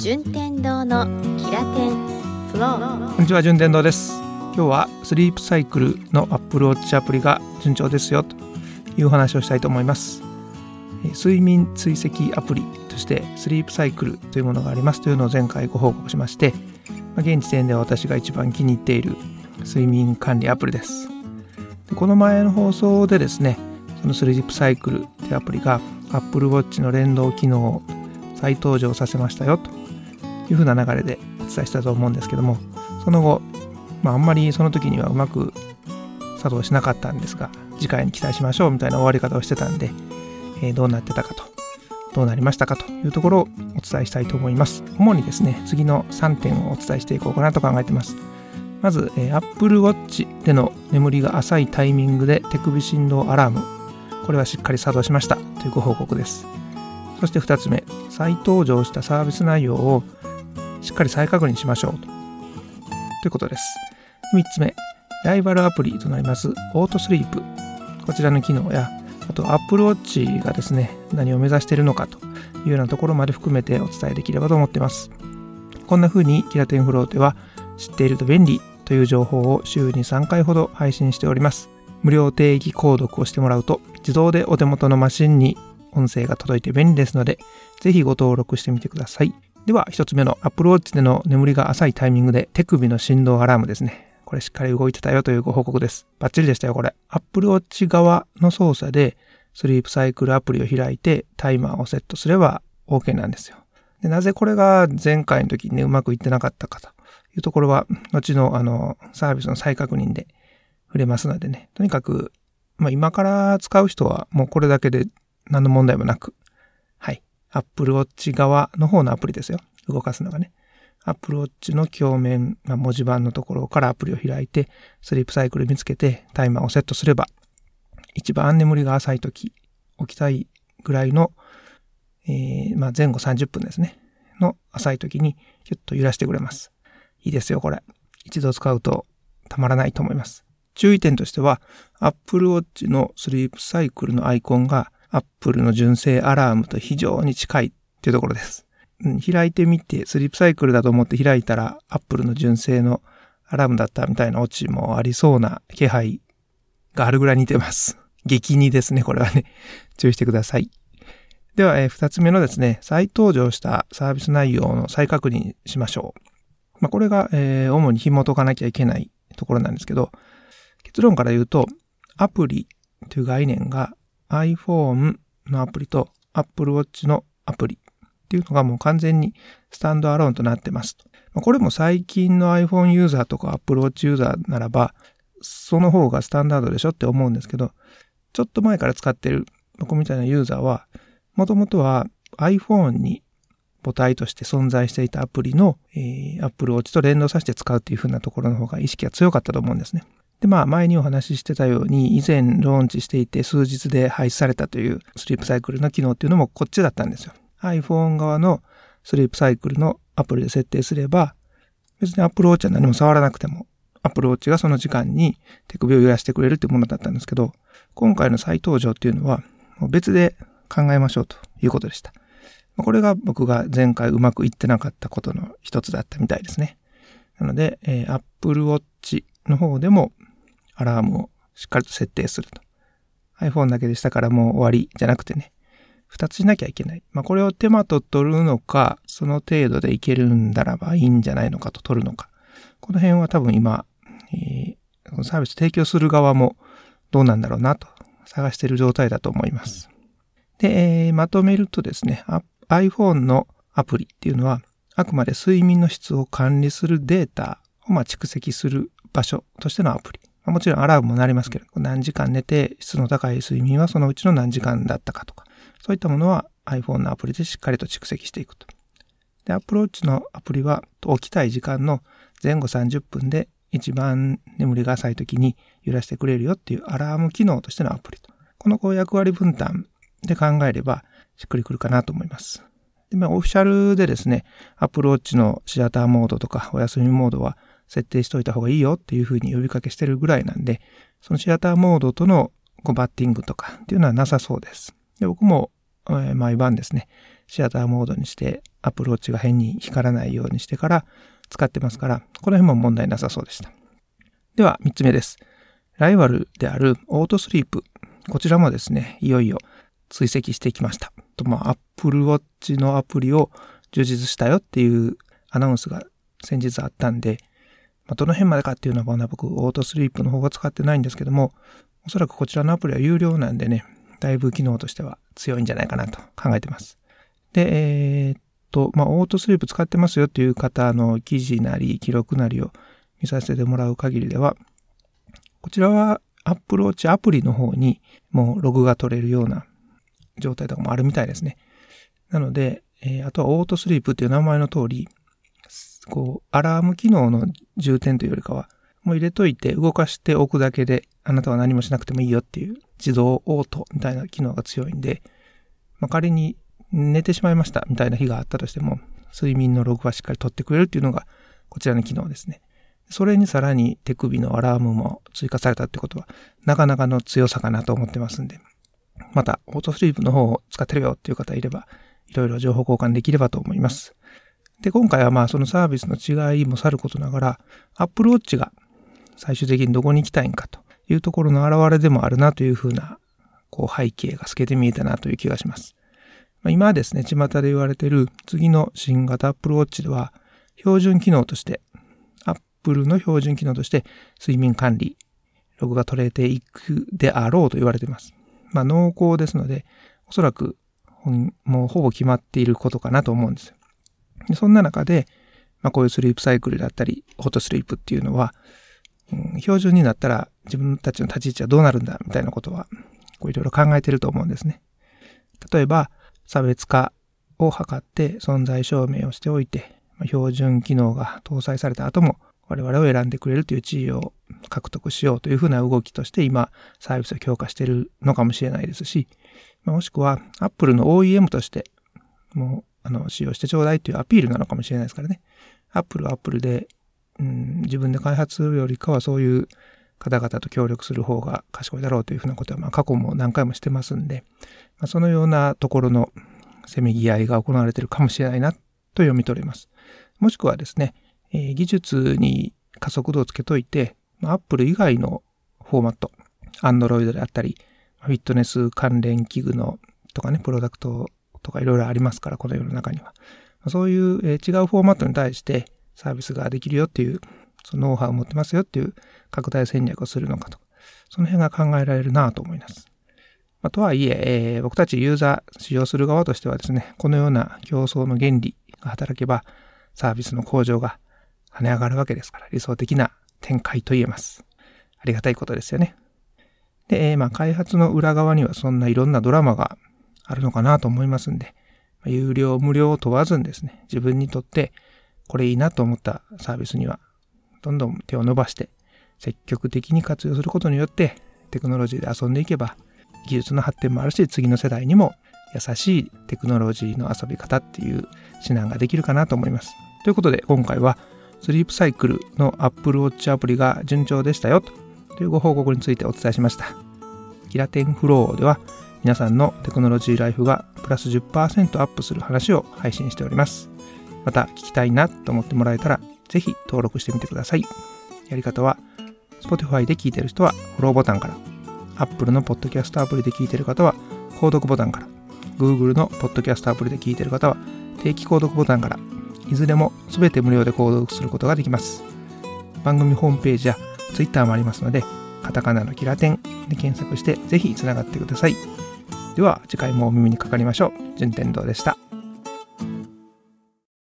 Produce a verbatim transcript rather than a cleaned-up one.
順天堂のキラテンフロー。 こんにちは、順天堂です。今日はスリープサイクルの Apple Watch アプリが順調ですよという話をしたいと思います。睡眠追跡アプリとしてスリープサイクルというものがありますというのを前回ご報告しまして、現時点では私が一番気に入っている睡眠管理アプリです。でこの前の放送でですね、そのスリープサイクルというアプリが Apple Watch の連動機能を再登場させましたよというふうな流れでお伝えしたと思うんですけども、その後、まあ、あんまりその時にはうまく作動しなかったんですが、次回に期待しましょうみたいな終わり方をしてたんで、えー、どうなってたかと、どうなりましたかというところをお伝えしたいと思います。主にですね、次のさんてんをお伝えしていこうかなと考えています。まず、えー、Apple Watch での眠りが浅いタイミングで手首振動アラーム、これはしっかり作動しましたというご報告です。そしてふたつめ、再登場したサービス内容をしっかり再確認しましょうとということです。みっつめ、ライバルアプリとなりますオートスリープ、こちらの機能や、あと Apple Watch がですね、何を目指しているのかというようなところまで含めてお伝えできればと思っています。こんな風にキラテンフローでは知っていると便利という情報を週にさんかいほど配信しております。無料定義購読をしてもらうと自動でお手元のマシンに音声が届いて便利ですので、ぜひご登録してみてください。では一つ目の Apple Watch での眠りが浅いタイミングで手首の振動アラームですね。これしっかり動いてたよというご報告です。バッチリでしたよこれ。Apple Watch 側の操作でスリープサイクルアプリを開いてタイマーをセットすれば OK なんですよ。でなぜこれが前回の時にね、うまくいってなかったかというところは、後のあのサービスの再確認で触れますのでね、とにかく、まあ、今から使う人はもうこれだけで何の問題もなく、はい。Apple Watch 側の方のアプリですよ。動かすのがね。Apple Watch の鏡面、まあ、文字盤のところからアプリを開いて、スリープサイクル見つけてタイマーをセットすれば、一番眠りが浅いとき、起きたいぐらいの、えー、まあ、前後さんじゅっぷんですね。の浅いときに、キュッと揺らしてくれます。いいですよ、これ。一度使うとたまらないと思います。注意点としては、Apple Watch のスリープサイクルのアイコンが、Apple の純正アラームと非常に近いっていうところです。うん、開いてみて、スリープサイクルだと思って開いたら、Apple の純正のアラームだったみたいなオチもありそうな気配があるぐらい似てます。激似ですね、これはね。注意してください。では、えー、二つ目のですね、再登場したサービス内容の再確認しましょう。まあ、これが、えー、主に紐解かなきゃいけないところなんですけど、結論から言うと、アプリという概念が iPhone のアプリと Apple Watch のアプリっていうのがもう完全にスタンドアローンとなってますと。これも最近の iPhone ユーザーとか Apple Watch ユーザーならば、その方がスタンダードでしょって思うんですけど、ちょっと前から使ってる僕みたいなユーザーは、もともとは iPhone に母体として存在していたアプリの、えー、Apple Watch と連動させて使うっていう風なところの方が意識が強かったと思うんですね。で、まあ前にお話ししてたように、以前ローンチしていて数日で廃止されたというスリープサイクルの機能っていうのもこっちだったんですよ。iPhone 側のスリープサイクルのアプリで設定すれば、別に Apple Watch は何も触らなくても、Apple Watch がその時間に手首を揺らしてくれるっていうものだったんですけど、今回の再登場っていうのは、もう別で考えましょうということでした。これが僕が前回うまくいってなかったことの一つだったみたいですね。なので、えー、Apple Watch の方でもアラームをしっかりと設定すると。iPhone だけでしたからもう終わりじゃなくてね、二つしなきゃいけない。まあこれを手間と取るのか、その程度でいけるんだらばいいんじゃないのかと取るのか。この辺は多分今、えー、サービス提供する側もどうなんだろうなと探している状態だと思います。で、えー、まとめるとですね、iPhone のアプリっていうのは、あくまで睡眠の質を管理するデータをまあ蓄積する場所としてのアプリ。もちろんアラームも鳴りますけど、何時間寝て質の高い睡眠はそのうちの何時間だったかとか、そういったものは iPhone のアプリでしっかりと蓄積していくと。で、Apple Watch のアプリは起きたい時間の前後さんじゅっぷんで一番眠りが浅い時に揺らしてくれるよっていうアラーム機能としてのアプリと。このこう役割分担で考えればしっくりくるかなと思います。で、まあ、オフィシャルでですね、Apple Watch のシアターモードとかお休みモードは設定しといた方がいいよっていう風に呼びかけしてるぐらいなんで、そのシアターモードとのこうバッティングとかっていうのはなさそうです。で、僕も、えー、毎晩ですね、 シアターモードにしてアプローチが変に光らないようにしてから使ってますから、この辺も問題なさそうでした。ではみっつめです。ライバルであるオートスリープ。こちらもですね、いよいよ追跡してきました。と、まあ、Apple Watch のアプリを充実したよっていうアナウンスが先日あったんで、まあ、どの辺までかっていうのは僕、オートスリープの方が使ってないんですけども、おそらくこちらのアプリは有料なんでね、だいぶ機能としては強いんじゃないかなと考えてます。で、えー、っと、まあ、オートスリープ使ってますよっていう方の記事なり記録なりを見させてもらう限りでは、こちらは Apple Watch アプリの方にもうログが取れるような状態とかもあるみたいですね。なので、えー、あとはオートスリープっていう名前の通り、こう、アラーム機能の重点というよりかは、もう入れといて動かしておくだけで、あなたは何もしなくてもいいよっていう自動オートみたいな機能が強いんで、まあ、仮に寝てしまいましたみたいな日があったとしても、睡眠のログはしっかり取ってくれるっていうのがこちらの機能ですね。それにさらに手首のアラームも追加されたってことは、なかなかの強さかなと思ってますんで、またオートスリープの方を使ってるよっていう方いれば、いろいろ情報交換できればと思います。で、今回はまあそのサービスの違いもさることながら、Apple Watch が最終的にどこに行きたいんかというところの表れでもあるなというふうな、こう背景が透けて見えたなという気がします。まあ、今はですね、巷で言われている次の新型 Apple Watch では、標準機能として、Apple の標準機能として睡眠管理、ログが取れていくであろうと言われています。まあ濃厚ですので、おそらくもうほぼ決まっていることかなと思うんですよ。でそんな中で、まあこういうスリープサイクルだったり、オートスリープっていうのは、うん、標準になったら自分たちの立ち位置はどうなるんだみたいなことは、こういろいろ考えていると思うんですね。例えば、差別化を図って存在証明をしておいて、まあ、標準機能が搭載された後も我々を選んでくれるという地位を獲得しようというふうな動きとして今サービスを強化しているのかもしれないですし、まあ、もしくは Apple の オーイーエム としてもうあの使用してちょうだいというアピールなのかもしれないですからね。Apple は Apple で、うん、自分で開発するよりかはそういう方々と協力する方が賢いだろうというふうなことはまあ過去も何回もしてますんで、まあ、そのようなところのせめぎ合いが行われているかもしれないなと読み取れます。もしくはですね、えー、技術に加速度をつけといて、まあ、Apple 以外のフォーマット、Android であったり、フィットネス関連器具のとかね、プロダクトとかいろいろありますから、この世の中には。そういう、えー、違うフォーマットに対してサービスができるよっていう、そのノウハウを持ってますよっていう拡大戦略をするのかと。その辺が考えられるなと思います。まあ、とはいええー、僕たちユーザー、使用する側としてはですね、このような競争の原理が働けば、サービスの向上が跳ね上がるわけですから、理想的な展開と言えます。ありがたいことですよね。で、えー、まあ開発の裏側にはそんないろんなドラマがあるのかなと思いますんで、有料無料を問わずにですね、自分にとってこれいいなと思ったサービスにはどんどん手を伸ばして積極的に活用することによってテクノロジーで遊んでいけば技術の発展もあるし、次の世代にも優しいテクノロジーの遊び方っていう指南ができるかなと思います。ということで今回はスリープサイクルの Apple Watch アプリが順調でしたよというご報告についてお伝えしました。キラテンフローでは皆さんのテクノロジーライフがプラス じゅっパーセント アップする話を配信しております。また聞きたいなと思ってもらえたらぜひ登録してみてください。やり方は Spotify で聞いている人はフォローボタンから、Apple のポッドキャストアプリで聞いている方は購読ボタンから、Google のポッドキャストアプリで聞いている方は定期購読ボタンから、いずれもすべて無料で購読することができます。番組ホームページや Twitter もありますので、カタカナのキラテンで検索してぜひつながってください。では次回もお耳にかかりましょう。順天堂でした。